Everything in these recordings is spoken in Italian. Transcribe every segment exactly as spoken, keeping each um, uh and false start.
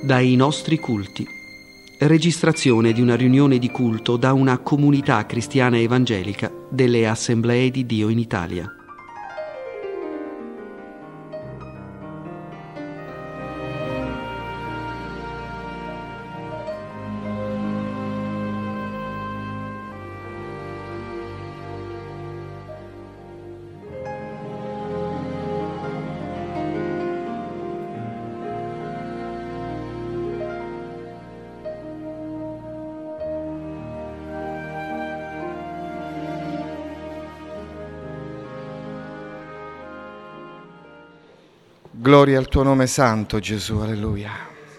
dai nostri culti. Registrazione di una riunione di culto da una comunità cristiana evangelica delle Assemblee di Dio in Italia. Gloria al tuo nome santo, Gesù, alleluia.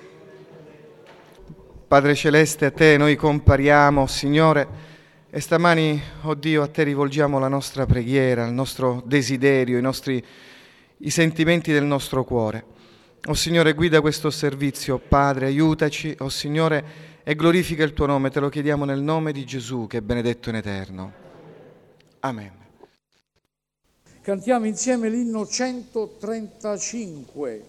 Padre Celeste, a te noi compariamo, Signore, e stamani, oh Dio, a te rivolgiamo la nostra preghiera, il nostro desiderio, i nostri i sentimenti del nostro cuore. Oh Signore, guida questo servizio, Padre, aiutaci, oh Signore, e glorifica il tuo nome, te lo chiediamo nel nome di Gesù, che è benedetto in eterno. Amen. Cantiamo insieme l'inno centotrentacinque.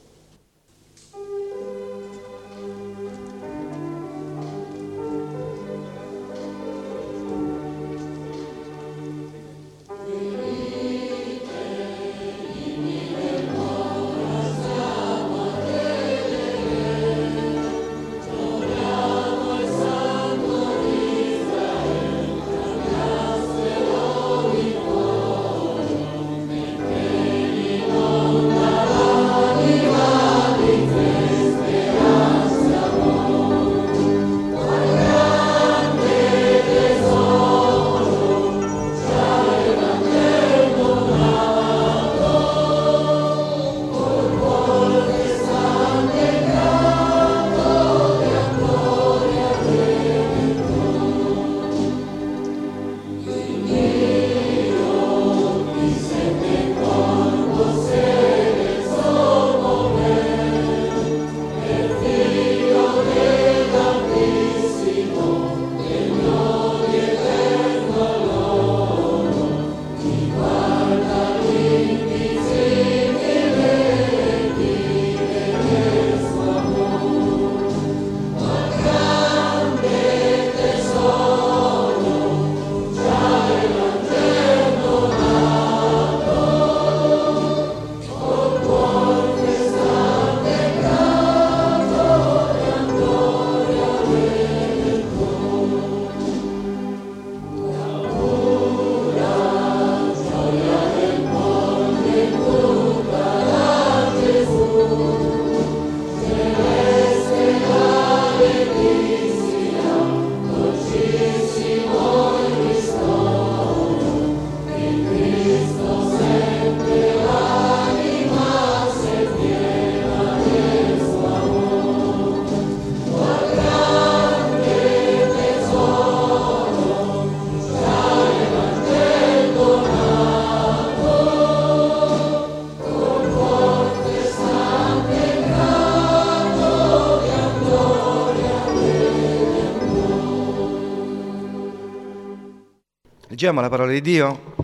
Leggiamo la parola di Dio,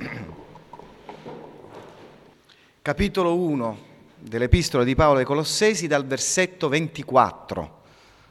capitolo uno dell'Epistola di Paolo ai Colossesi, dal versetto ventiquattro.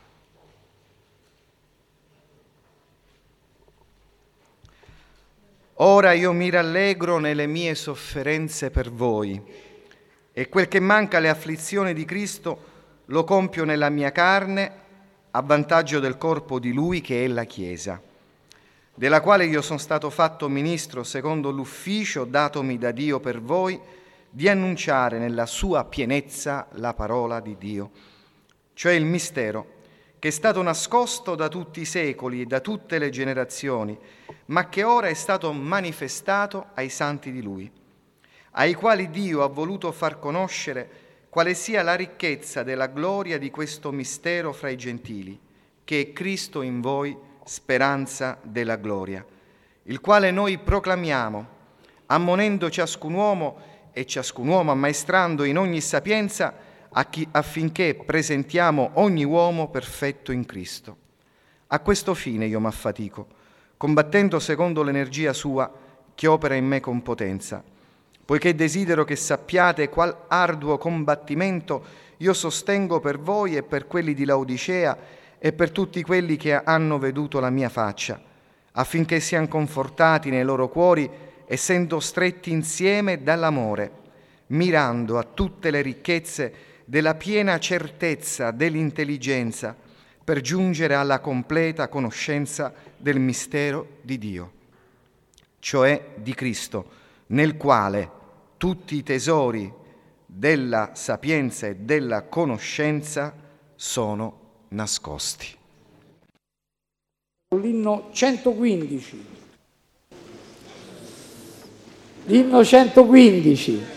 Ora io mi rallegro nelle mie sofferenze per voi, e quel che manca alle afflizioni di Cristo lo compio nella mia carne a vantaggio del corpo di Lui che è la Chiesa, della quale io sono stato fatto ministro secondo l'ufficio datomi da Dio per voi, di annunciare nella sua pienezza la parola di Dio, cioè il mistero che è stato nascosto da tutti i secoli e da tutte le generazioni, ma che ora è stato manifestato ai santi di Lui, ai quali Dio ha voluto far conoscere quale sia la ricchezza della gloria di questo mistero fra i gentili, che è Cristo in voi, speranza della gloria, il quale noi proclamiamo, ammonendo ciascun uomo e ciascun uomo ammaestrando in ogni sapienza, a chi, affinché presentiamo ogni uomo perfetto in Cristo. A questo fine io m'affatico, combattendo secondo l'energia sua che opera in me con potenza, poiché desidero che sappiate qual arduo combattimento io sostengo per voi e per quelli di Laodicea e per tutti quelli che hanno veduto la mia faccia, affinché siano confortati nei loro cuori, essendo stretti insieme dall'amore, mirando a tutte le ricchezze della piena certezza dell'intelligenza, per giungere alla completa conoscenza del mistero di Dio, cioè di Cristo, nel quale tutti i tesori della sapienza e della conoscenza sono nascosti. L'inno centoquindici. L'inno centoquindici.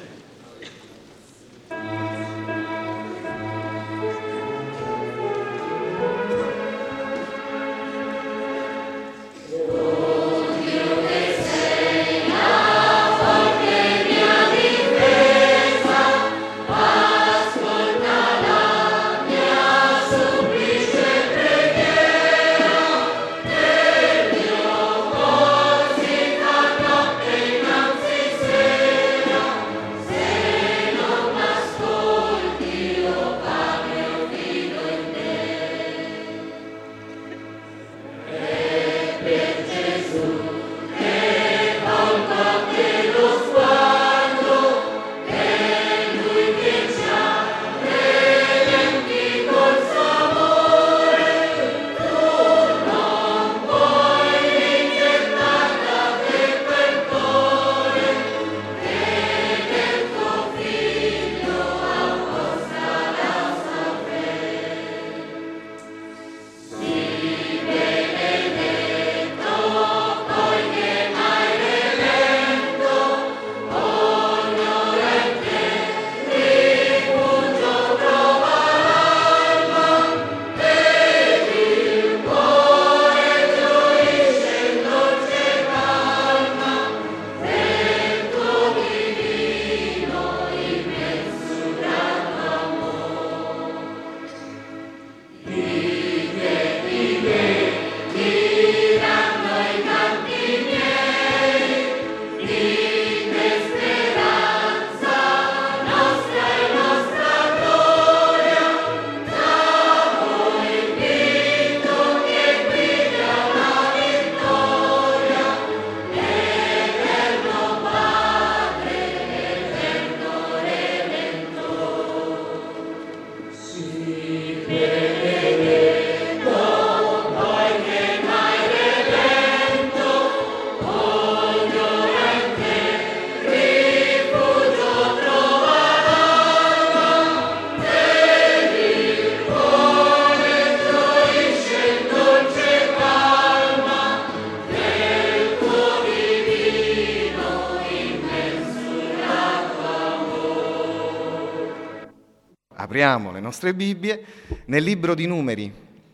Apriamo le nostre Bibbie nel libro di Numeri,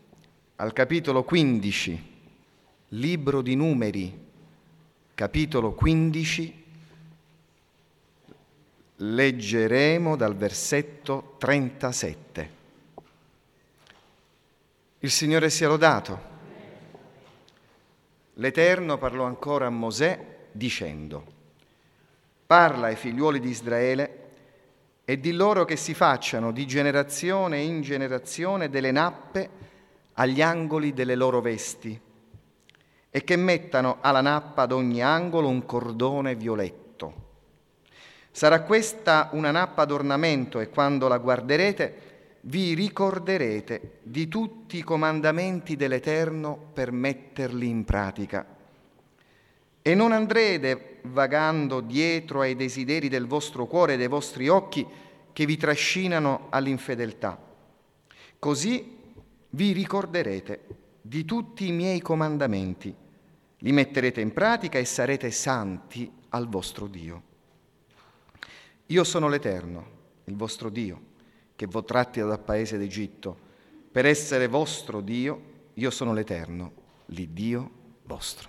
al capitolo quindici. Libro di Numeri, capitolo quindici. Leggeremo dal versetto trentasette. Il Signore sia lodato. L'Eterno parlò ancora a Mosè dicendo: parla ai figliuoli di Israele e di loro che si facciano di generazione in generazione delle nappe agli angoli delle loro vesti e che mettano alla nappa ad ogni angolo un cordone violetto. Sarà questa una nappa d'ornamento e quando la guarderete vi ricorderete di tutti i comandamenti dell'Eterno per metterli in pratica. E non andrete vagando dietro ai desideri del vostro cuore e dei vostri occhi che vi trascinano all'infedeltà. Così vi ricorderete di tutti i miei comandamenti, li metterete in pratica e sarete santi al vostro Dio. Io sono l'Eterno, il vostro Dio, che v'ho tratti dal paese d'Egitto. Per essere vostro Dio, io sono l'Eterno, l'Iddio vostro.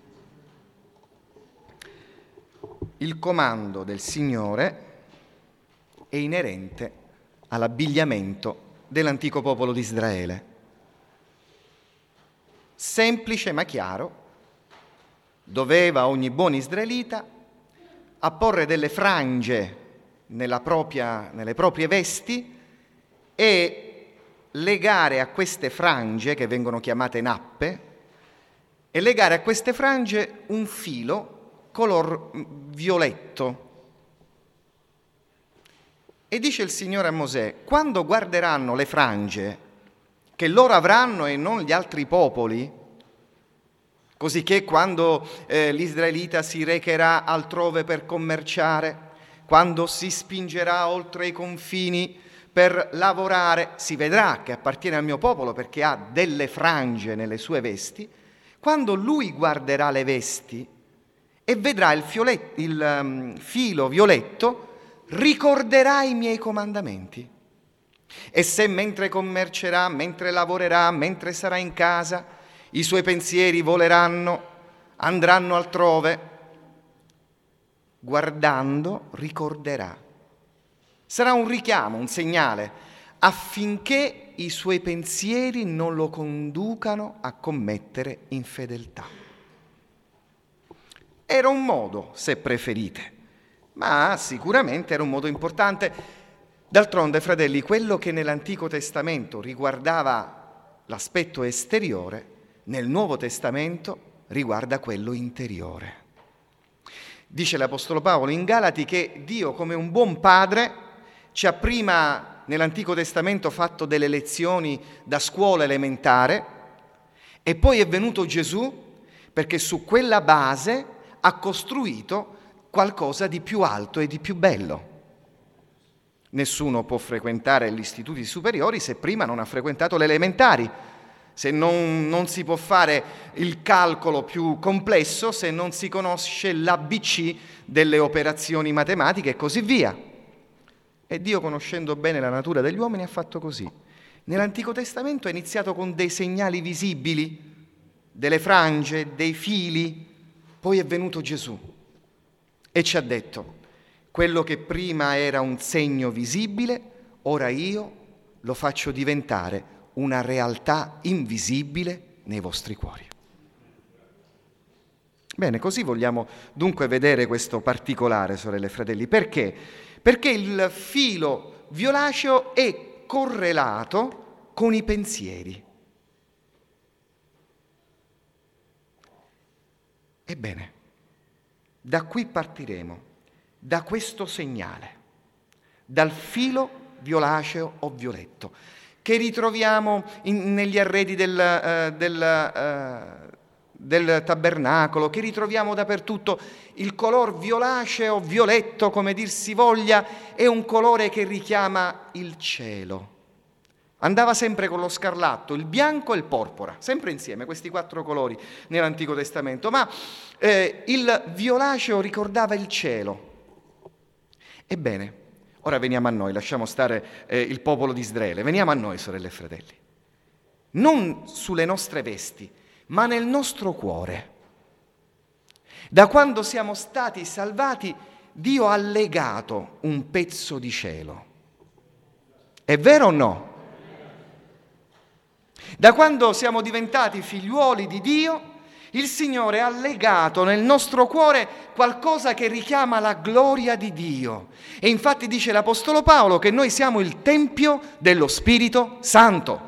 Il comando del Signore è inerente all'abbigliamento dell'antico popolo di Israele. Semplice ma chiaro, doveva ogni buon israelita a porre delle frange nella propria, nelle proprie vesti e legare a queste frange, che vengono chiamate nappe, e legare a queste frange un filo color violetto. E dice il Signore a Mosè: quando guarderanno le frange che loro avranno e non gli altri popoli, cosicché quando eh, l'Israelita si recherà altrove per commerciare, quando si spingerà oltre i confini per lavorare, si vedrà che appartiene al mio popolo perché ha delle frange nelle sue vesti. Quando lui guarderà le vesti e vedrà il, fiolet- il um, filo violetto, ricorderà i miei comandamenti. E se mentre commercerà, mentre lavorerà, mentre sarà in casa, i suoi pensieri voleranno, andranno altrove, guardando ricorderà. Sarà un richiamo, un segnale, affinché i suoi pensieri non lo conducano a commettere infedeltà. Era un modo, se preferite, ma sicuramente era un modo importante. D'altronde, fratelli, quello che nell'Antico Testamento riguardava l'aspetto esteriore, nel Nuovo Testamento riguarda quello interiore. Dice l'Apostolo Paolo in Galati che Dio, come un buon padre, ci ha prima nell'Antico Testamento fatto delle lezioni da scuola elementare e poi è venuto Gesù perché su quella base ha costruito qualcosa di più alto e di più bello. Nessuno può frequentare gli istituti superiori se prima non ha frequentato le elementari, se non, non si può fare il calcolo più complesso se non si conosce l'A B C delle operazioni matematiche e così via. E Dio, conoscendo bene la natura degli uomini, ha fatto così. Nell'Antico Testamento è iniziato con dei segnali visibili, delle frange, dei fili, poi è venuto Gesù e ci ha detto: quello che prima era un segno visibile, ora io lo faccio diventare una realtà invisibile nei vostri cuori. Bene, così vogliamo dunque vedere questo particolare, sorelle e fratelli. Perché? Perché il filo violaceo è correlato con i pensieri. Ebbene, da qui partiremo, da questo segnale, dal filo violaceo o violetto, che ritroviamo in, negli arredi del, uh, del, uh, del tabernacolo, che ritroviamo dappertutto. Il color violaceo, violetto, come dir si voglia, è un colore che richiama il cielo. Andava sempre con lo scarlatto, il bianco e il porpora, sempre insieme, questi quattro colori nell'Antico Testamento. Ma eh, il violaceo ricordava il cielo. Ebbene, ora veniamo a noi, lasciamo stare eh, il popolo di Israele, veniamo a noi, sorelle e fratelli. Non sulle nostre vesti, ma nel nostro cuore. Da quando siamo stati salvati, Dio ha legato un pezzo di cielo. È vero o no? Da quando siamo diventati figliuoli di Dio, il Signore ha legato nel nostro cuore qualcosa che richiama la gloria di Dio. E infatti dice l'Apostolo Paolo che noi siamo il Tempio dello Spirito Santo.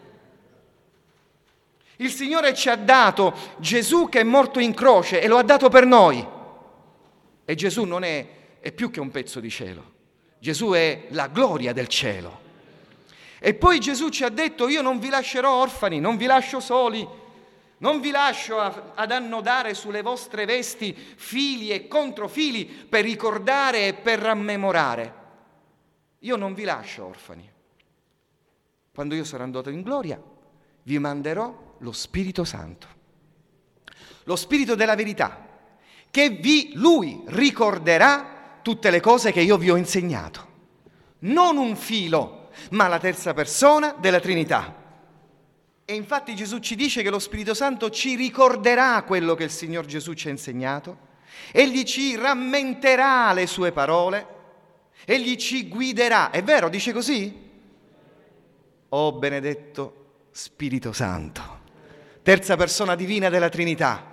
Il Signore ci ha dato Gesù che è morto in croce e lo ha dato per noi. E Gesù non è, è più che un pezzo di cielo. Gesù è la gloria del cielo. E poi Gesù ci ha detto: io non vi lascerò orfani, non vi lascio soli, non vi lascio a, ad annodare sulle vostre vesti fili e controfili per ricordare e per rammemorare. Io non vi lascio orfani. Quando io sarò andato in gloria, vi manderò lo Spirito Santo, lo Spirito della verità, che vi, Lui ricorderà tutte le cose che io vi ho insegnato. Non un filo, ma la terza persona della Trinità. E infatti Gesù ci dice che lo Spirito Santo ci ricorderà quello che il Signor Gesù ci ha insegnato, egli ci rammenterà le sue parole, egli ci guiderà. È vero, dice così? Oh benedetto Spirito Santo, terza persona divina della Trinità,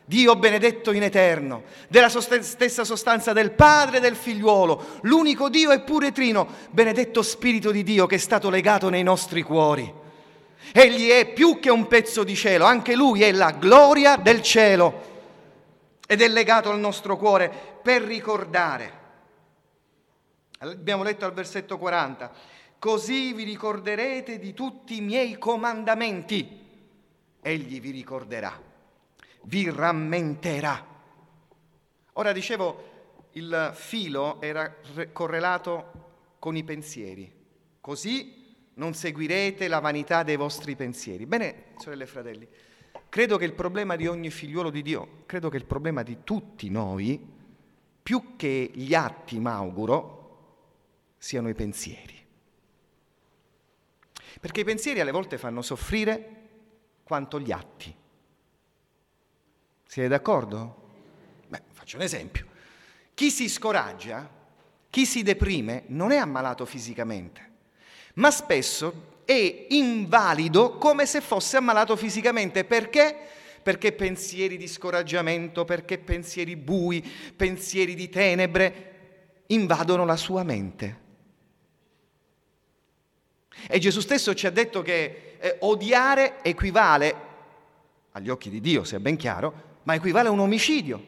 Dio benedetto in eterno, della sost- stessa sostanza del Padre e del Figliuolo, l'unico Dio e pure trino, benedetto Spirito di Dio che è stato legato nei nostri cuori. Egli è più che un pezzo di cielo, anche Lui è la gloria del cielo ed è legato al nostro cuore per ricordare. Abbiamo letto al versetto quaranta, così vi ricorderete di tutti i miei comandamenti. Egli vi ricorderà, vi rammenterà. Ora dicevo, il filo era correlato con i pensieri. Così non seguirete la vanità dei vostri pensieri. Bene, sorelle e fratelli, credo che il problema di ogni figliuolo di Dio, credo che il problema di tutti noi, più che gli atti, m'auguro, siano i pensieri. Perché i pensieri alle volte fanno soffrire quanto gli atti. Siete d'accordo? Beh, faccio un esempio. Chi si scoraggia, chi si deprime, non è ammalato fisicamente, ma spesso è invalido come se fosse ammalato fisicamente. Perché? Perché pensieri di scoraggiamento, perché pensieri bui, pensieri di tenebre invadono la sua mente. E Gesù stesso ci ha detto che eh, odiare equivale, agli occhi di Dio sia ben chiaro, ma equivale a un omicidio.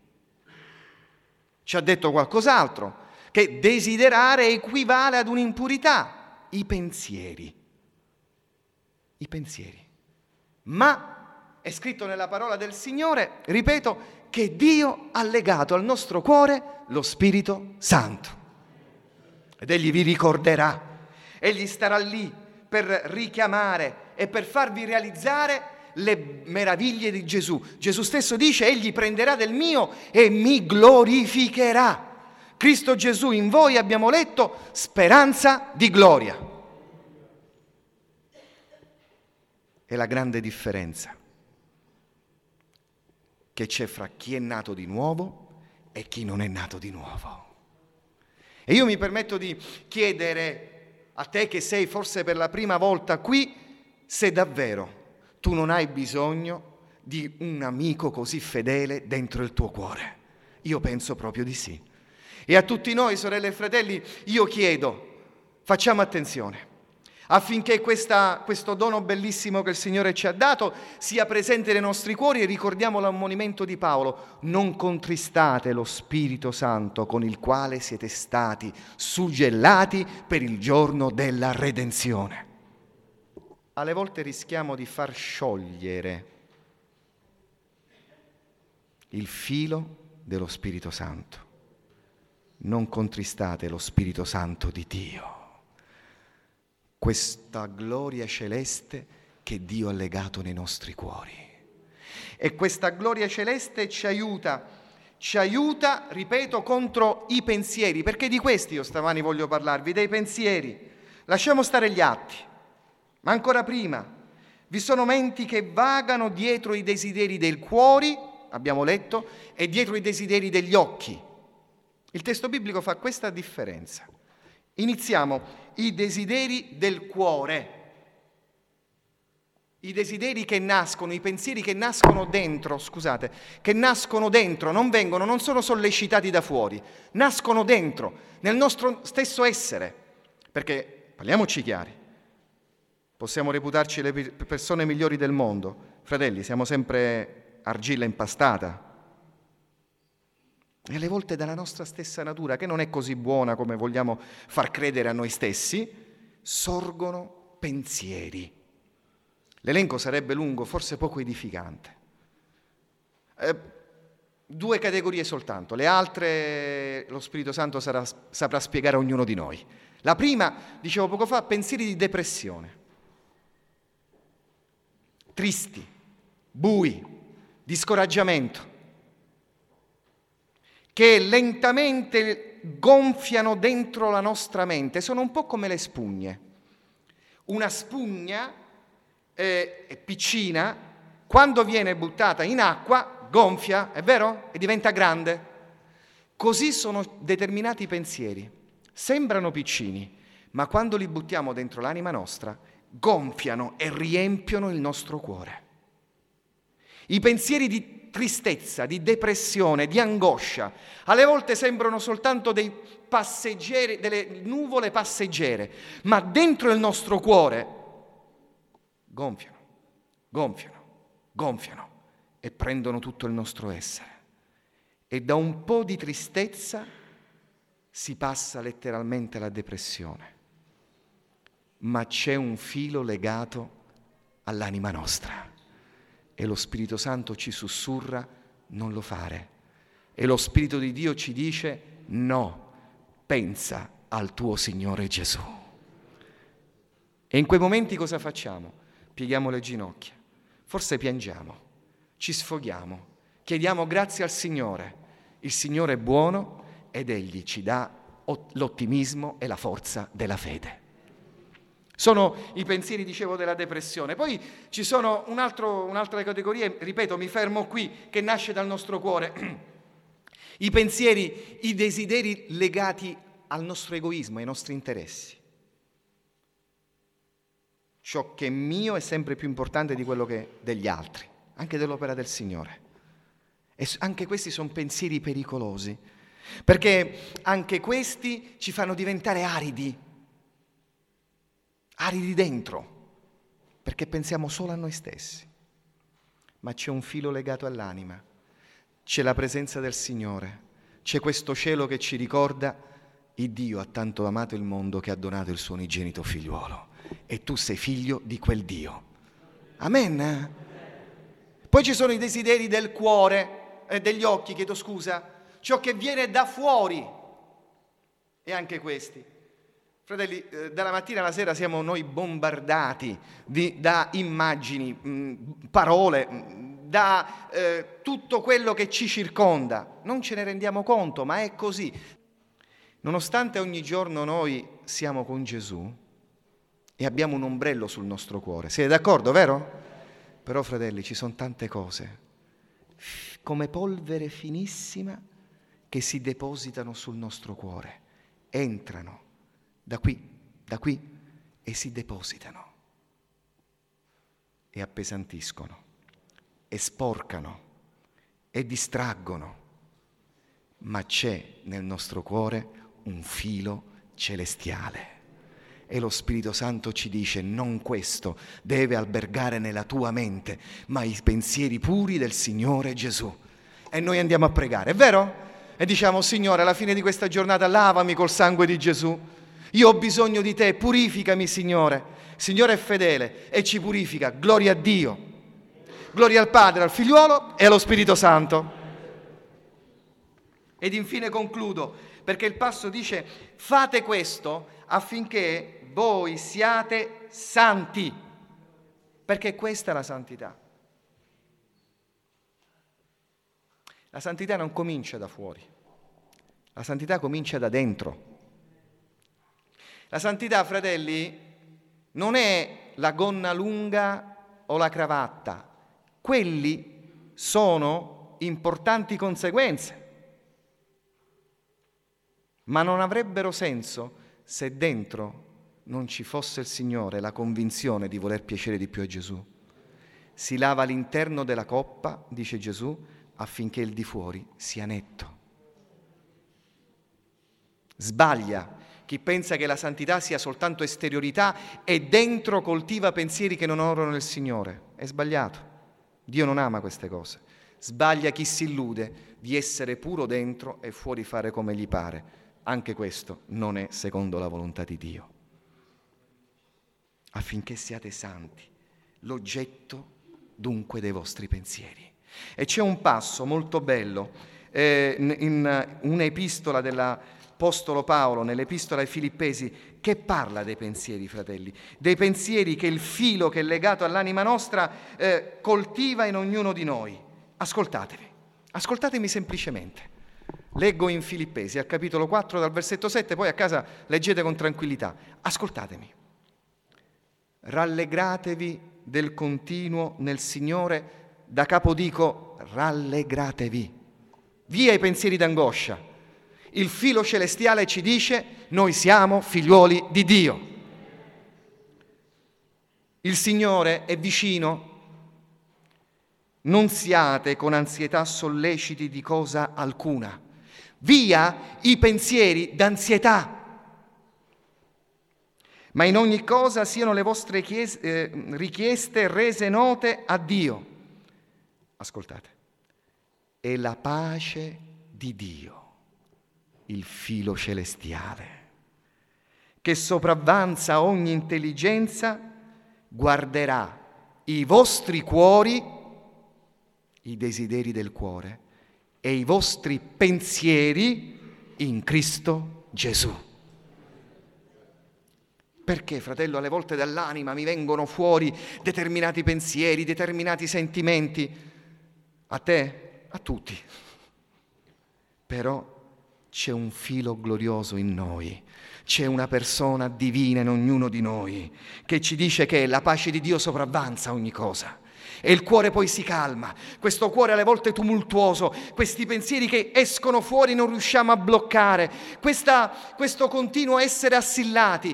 Ci ha detto qualcos'altro, che desiderare equivale ad un'impurità, i pensieri. I pensieri. Ma è scritto nella parola del Signore, ripeto, che Dio ha legato al nostro cuore lo Spirito Santo. Ed Egli vi ricorderà. Egli starà lì per richiamare e per farvi realizzare le meraviglie di Gesù. Gesù stesso dice, egli prenderà del mio e mi glorificherà. Cristo Gesù in voi, abbiamo letto, speranza di gloria. È la grande differenza che c'è fra chi è nato di nuovo e chi non è nato di nuovo. E io mi permetto di chiedere a te che sei forse per la prima volta qui, se davvero tu non hai bisogno di un amico così fedele dentro il tuo cuore. Io penso proprio di sì. E a tutti noi, sorelle e fratelli, io chiedo, facciamo attenzione, affinché questa, questo dono bellissimo che il Signore ci ha dato sia presente nei nostri cuori, e ricordiamo l'ammonimento di Paolo: non contristate lo Spirito Santo con il quale siete stati suggellati per il giorno della redenzione. Alle volte rischiamo di far sciogliere il filo dello Spirito Santo. Non contristate lo Spirito Santo di Dio, questa gloria celeste che Dio ha legato nei nostri cuori. E questa gloria celeste ci aiuta, ci aiuta, ripeto, contro i pensieri, perché di questi io stamani voglio parlarvi, dei pensieri. Lasciamo stare gli atti, ma ancora prima, vi sono menti che vagano dietro i desideri del cuore, abbiamo letto, e dietro i desideri degli occhi. Il testo biblico fa questa differenza. Iniziamo, i desideri del cuore, i desideri che nascono, i pensieri che nascono dentro, scusate, che nascono dentro, non vengono, non sono sollecitati da fuori, nascono dentro, nel nostro stesso essere. Perché, parliamoci chiari, possiamo reputarci le persone migliori del mondo, fratelli, siamo sempre argilla impastata. E alle volte dalla nostra stessa natura, che non è così buona come vogliamo far credere a noi stessi, sorgono pensieri. L'elenco sarebbe lungo, forse poco edificante. Eh, due categorie soltanto, le altre lo Spirito Santo sarà, saprà spiegare a ognuno di noi. La prima, dicevo poco fa, pensieri di depressione. Tristi, bui, di scoraggiamento, che lentamente gonfiano dentro la nostra mente, sono un po' come le spugne. Una spugna eh, è piccina, quando viene buttata in acqua gonfia, è vero? E diventa grande. Così sono determinati pensieri, sembrano piccini, ma quando li buttiamo dentro l'anima nostra, gonfiano e riempiono il nostro cuore. I pensieri di tristezza, di depressione, di angoscia, alle volte sembrano soltanto dei passeggeri, delle nuvole passeggere, ma dentro il nostro cuore gonfiano, gonfiano, gonfiano e prendono tutto il nostro essere. E da un po' di tristezza si passa letteralmente alla depressione. Ma c'è un filo legato all'anima nostra e lo Spirito Santo ci sussurra: non lo fare. E lo Spirito di Dio ci dice: no, pensa al tuo Signore Gesù. E in quei momenti cosa facciamo? Pieghiamo le ginocchia, forse piangiamo, ci sfoghiamo, chiediamo grazie al Signore. Il Signore è buono ed Egli ci dà l'ottimismo e la forza della fede. Sono i pensieri, dicevo, della depressione. Poi ci sono un altro, un'altra categoria, ripeto, mi fermo qui, che nasce dal nostro cuore. I pensieri, i desideri legati al nostro egoismo, ai nostri interessi. Ciò che è mio è sempre più importante di quello che è degli altri, anche dell'opera del Signore. E anche questi sono pensieri pericolosi, perché anche questi ci fanno diventare aridi, aridi dentro, perché pensiamo solo a noi stessi. Ma c'è un filo legato all'anima, c'è la presenza del Signore, c'è questo cielo che ci ricorda: il Dio ha tanto amato il mondo che ha donato il suo unigenito figliuolo, e tu sei figlio di quel Dio. Amen? Poi ci sono i desideri del cuore, eh, degli occhi, chiedo scusa, ciò che viene da fuori, e anche questi. Fratelli, eh, dalla mattina alla sera siamo noi bombardati di, da immagini, mh, parole, mh, da eh, tutto quello che ci circonda. Non ce ne rendiamo conto, ma è così. Nonostante ogni giorno noi siamo con Gesù e abbiamo un ombrello sul nostro cuore. Siete d'accordo, vero? Però, fratelli, ci sono tante cose, come polvere finissima, che si depositano sul nostro cuore, entrano da qui, da qui, e si depositano e appesantiscono e sporcano e distraggono. Ma c'è nel nostro cuore un filo celestiale e lo Spirito Santo ci dice: non questo deve albergare nella tua mente, ma i pensieri puri del Signore Gesù. E noi andiamo a pregare, è vero? E diciamo: Signore, alla fine di questa giornata lavami col sangue di Gesù. Io ho bisogno di te, purificami, Signore. Signore è fedele e ci purifica. Gloria a Dio. Gloria al Padre, al Figliuolo e allo Spirito Santo. Ed infine concludo, perché il passo dice: fate questo affinché voi siate santi, perché questa è la santità. La santità non comincia da fuori, la santità comincia da dentro. La santità, fratelli, non è la gonna lunga o la cravatta. Quelli sono importanti conseguenze, ma non avrebbero senso se dentro non ci fosse il Signore, la convinzione di voler piacere di più a Gesù. Si lava l'interno della coppa, dice Gesù, affinché il di fuori sia netto. Sbaglia chi pensa che la santità sia soltanto esteriorità e dentro coltiva pensieri che non onorano il Signore. È sbagliato. Dio non ama queste cose. Sbaglia chi si illude di essere puro dentro e fuori fare come gli pare. Anche questo non è secondo la volontà di Dio. Affinché siate santi, l'oggetto dunque dei vostri pensieri. E c'è un passo molto bello eh, in un'epistola dell'Apostolo Paolo, nell'epistola ai Filippesi, che parla dei pensieri, fratelli, dei pensieri che il filo che è legato all'anima nostra eh, coltiva in ognuno di noi. Ascoltatevi, ascoltatemi semplicemente. Leggo in Filippesi, al capitolo quattro, dal versetto sette, poi a casa leggete con tranquillità. Ascoltatemi. Rallegratevi del continuo nel Signore. Da capo dico: rallegratevi. Via i pensieri d'angoscia. Il filo celestiale ci dice: noi siamo figliuoli di Dio. Il Signore è vicino. Non siate con ansietà solleciti di cosa alcuna. Via i pensieri d'ansietà. Ma in ogni cosa siano le vostre chies- eh, richieste rese note a Dio. Ascoltate. E la pace di Dio, il filo celestiale, che sopravvanza ogni intelligenza, guarderà i vostri cuori, i desideri del cuore e i vostri pensieri in Cristo Gesù. Perché, fratello, alle volte dall'anima mi vengono fuori determinati pensieri, determinati sentimenti? A te? A tutti. Però c'è un filo glorioso in noi, c'è una persona divina in ognuno di noi che ci dice che la pace di Dio sopravvanza ogni cosa. E il cuore poi si calma, questo cuore alle volte tumultuoso, questi pensieri che escono fuori non riusciamo a bloccare, questa, questo continuo essere assillati.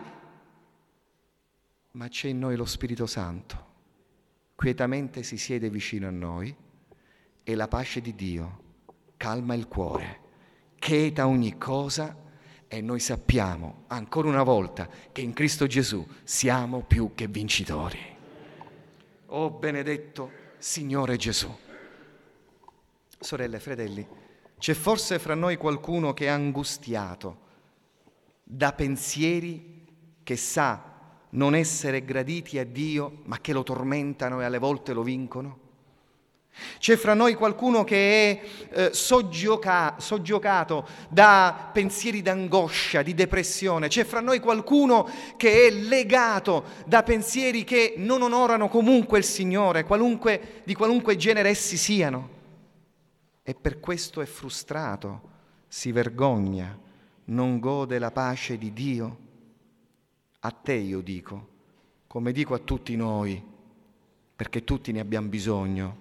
Ma c'è in noi lo Spirito Santo, quietamente si siede vicino a noi e la pace di Dio calma il cuore, cheta ogni cosa e noi sappiamo ancora una volta che in Cristo Gesù siamo più che vincitori. Oh benedetto Signore Gesù. Sorelle e fratelli, c'è forse fra noi qualcuno che è angustiato da pensieri che sa non essere graditi a Dio, ma che lo tormentano e alle volte lo vincono? C'è fra noi qualcuno che è eh, soggioca- soggiogato da pensieri d'angoscia, di depressione? C'è fra noi qualcuno che è legato da pensieri che non onorano comunque il Signore, qualunque, di qualunque genere essi siano? E per questo è frustrato, si vergogna, non gode la pace di Dio? A te io dico, come dico a tutti noi, perché tutti ne abbiamo bisogno.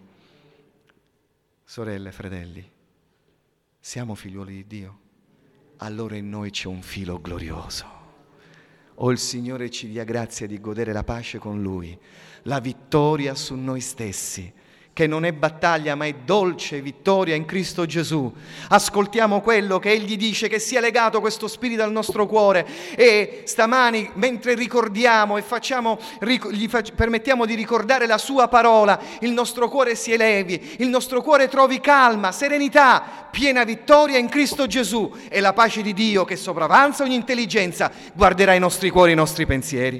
Sorelle, fratelli, siamo figlioli di Dio? Allora in noi c'è un filo glorioso. O il Signore ci dia grazia di godere la pace con Lui, la vittoria su noi stessi, che non è battaglia ma è dolce vittoria in Cristo Gesù. Ascoltiamo quello che Egli dice, che sia legato questo spirito al nostro cuore e stamani mentre ricordiamo e facciamo, gli fac- permettiamo di ricordare la sua parola, il nostro cuore si elevi, il nostro cuore trovi calma, serenità, piena vittoria in Cristo Gesù e la pace di Dio che sopravanza ogni intelligenza guarderà i nostri cuori, i nostri pensieri.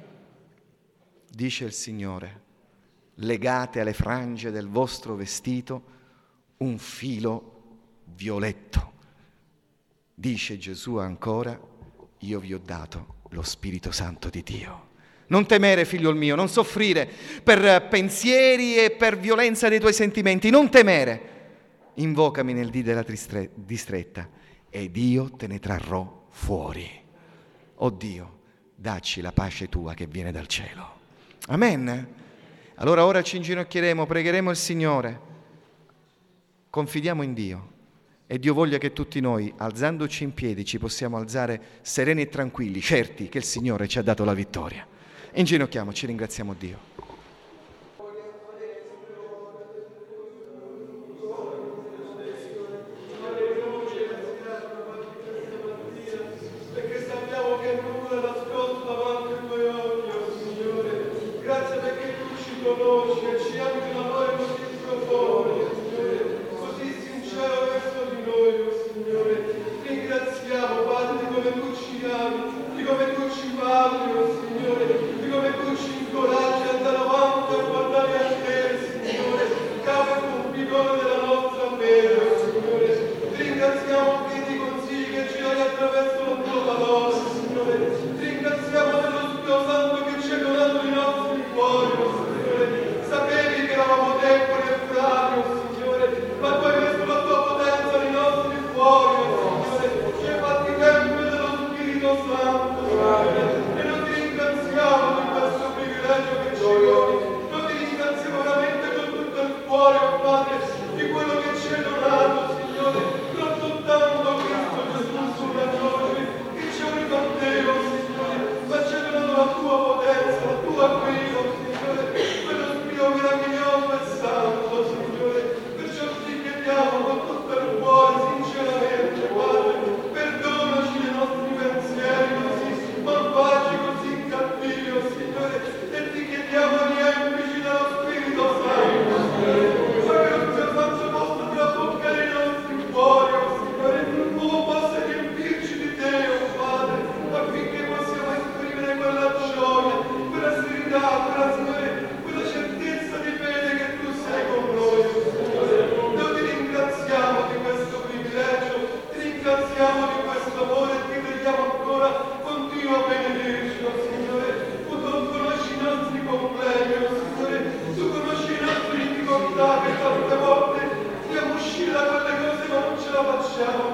Dice il Signore: legate alle frange del vostro vestito un filo violetto. Dice Gesù ancora: io vi ho dato lo Spirito Santo di Dio. Non temere, figlio mio, non soffrire per pensieri e per violenza dei tuoi sentimenti, non temere. Invocami nel dì della tristre- distretta ed io te ne trarrò fuori. Oh Dio, dacci la pace tua che viene dal cielo. Amen. Allora ora ci inginocchieremo, pregheremo il Signore, confidiamo in Dio e Dio voglia che tutti noi, alzandoci in piedi, ci possiamo alzare sereni e tranquilli, certi che il Signore ci ha dato la vittoria. Inginocchiamoci, ringraziamo Dio. Di come tu ci parli, oh Signore, di come tu ci incoraggi a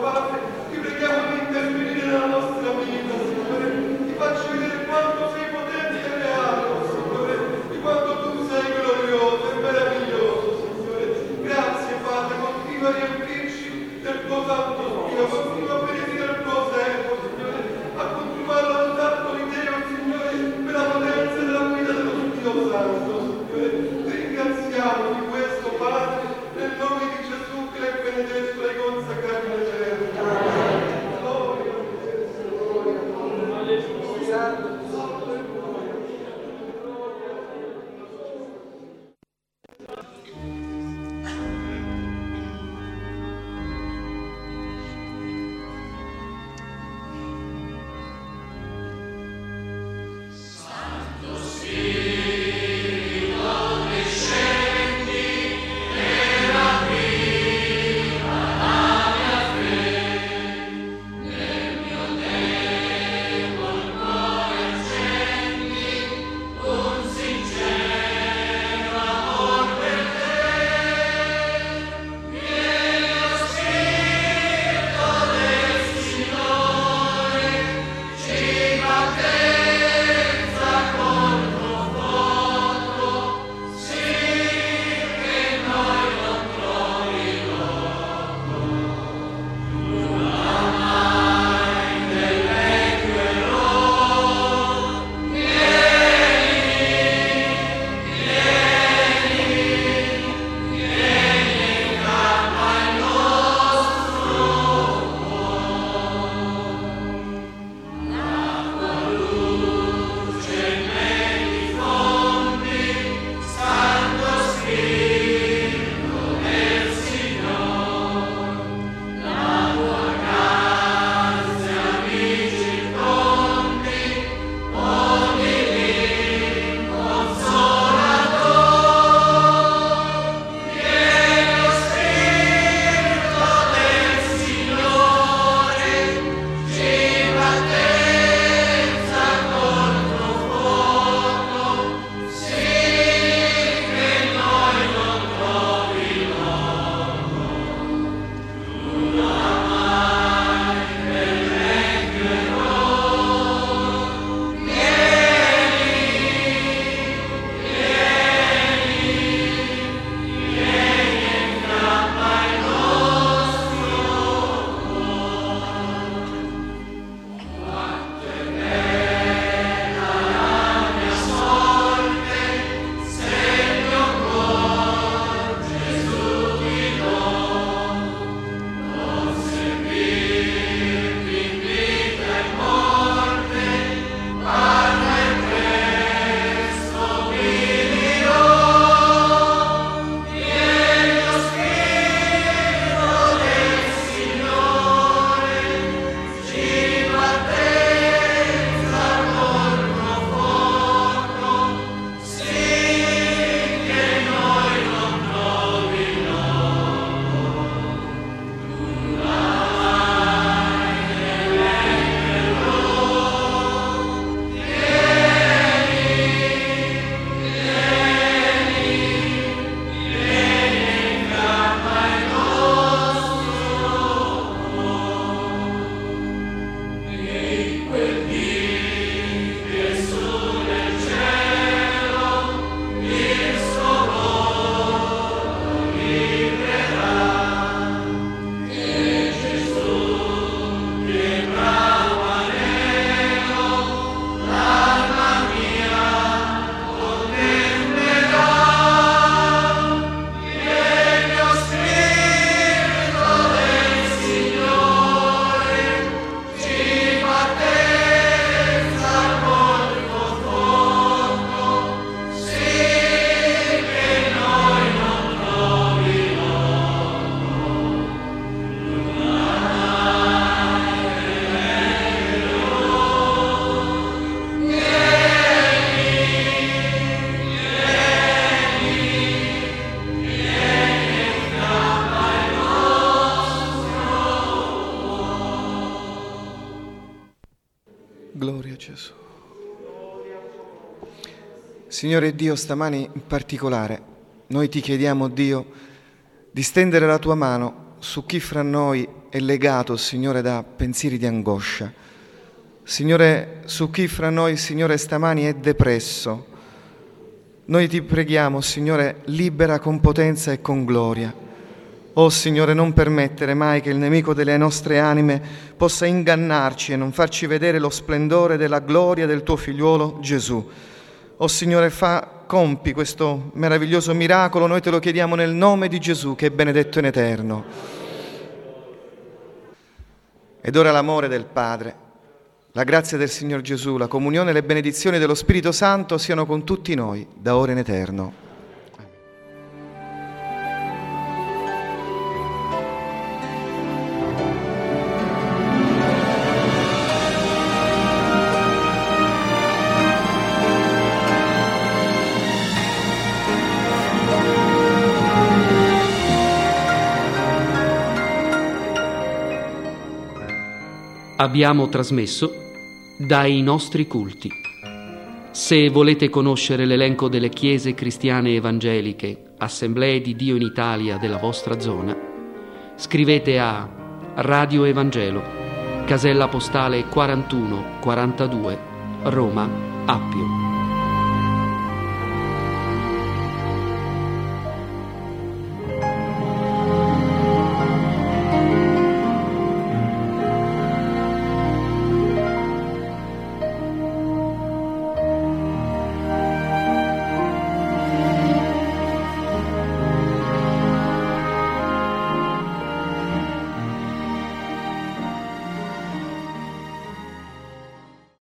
Gloria a Gesù. Signore Dio, stamani in particolare, noi ti chiediamo, Dio, di stendere la tua mano su chi fra noi è legato, Signore, da pensieri di angoscia. Signore, su chi fra noi, Signore, stamani è depresso. Noi ti preghiamo, Signore, libera con potenza e con gloria. Oh Signore, non permettere mai che il nemico delle nostre anime possa ingannarci e non farci vedere lo splendore della gloria del tuo figliuolo Gesù. Oh Signore, fa, compi questo meraviglioso miracolo, noi te lo chiediamo nel nome di Gesù, che è benedetto in eterno. Ed ora l'amore del Padre, la grazia del Signor Gesù, la comunione e le benedizioni dello Spirito Santo siano con tutti noi, da ora in eterno. Abbiamo trasmesso Dai nostri culti. Se volete conoscere l'elenco delle chiese cristiane evangeliche, Assemblee di Dio in Italia della vostra zona, scrivete a Radio Evangelo, casella postale quarantuno quarantadue, Roma, Appio.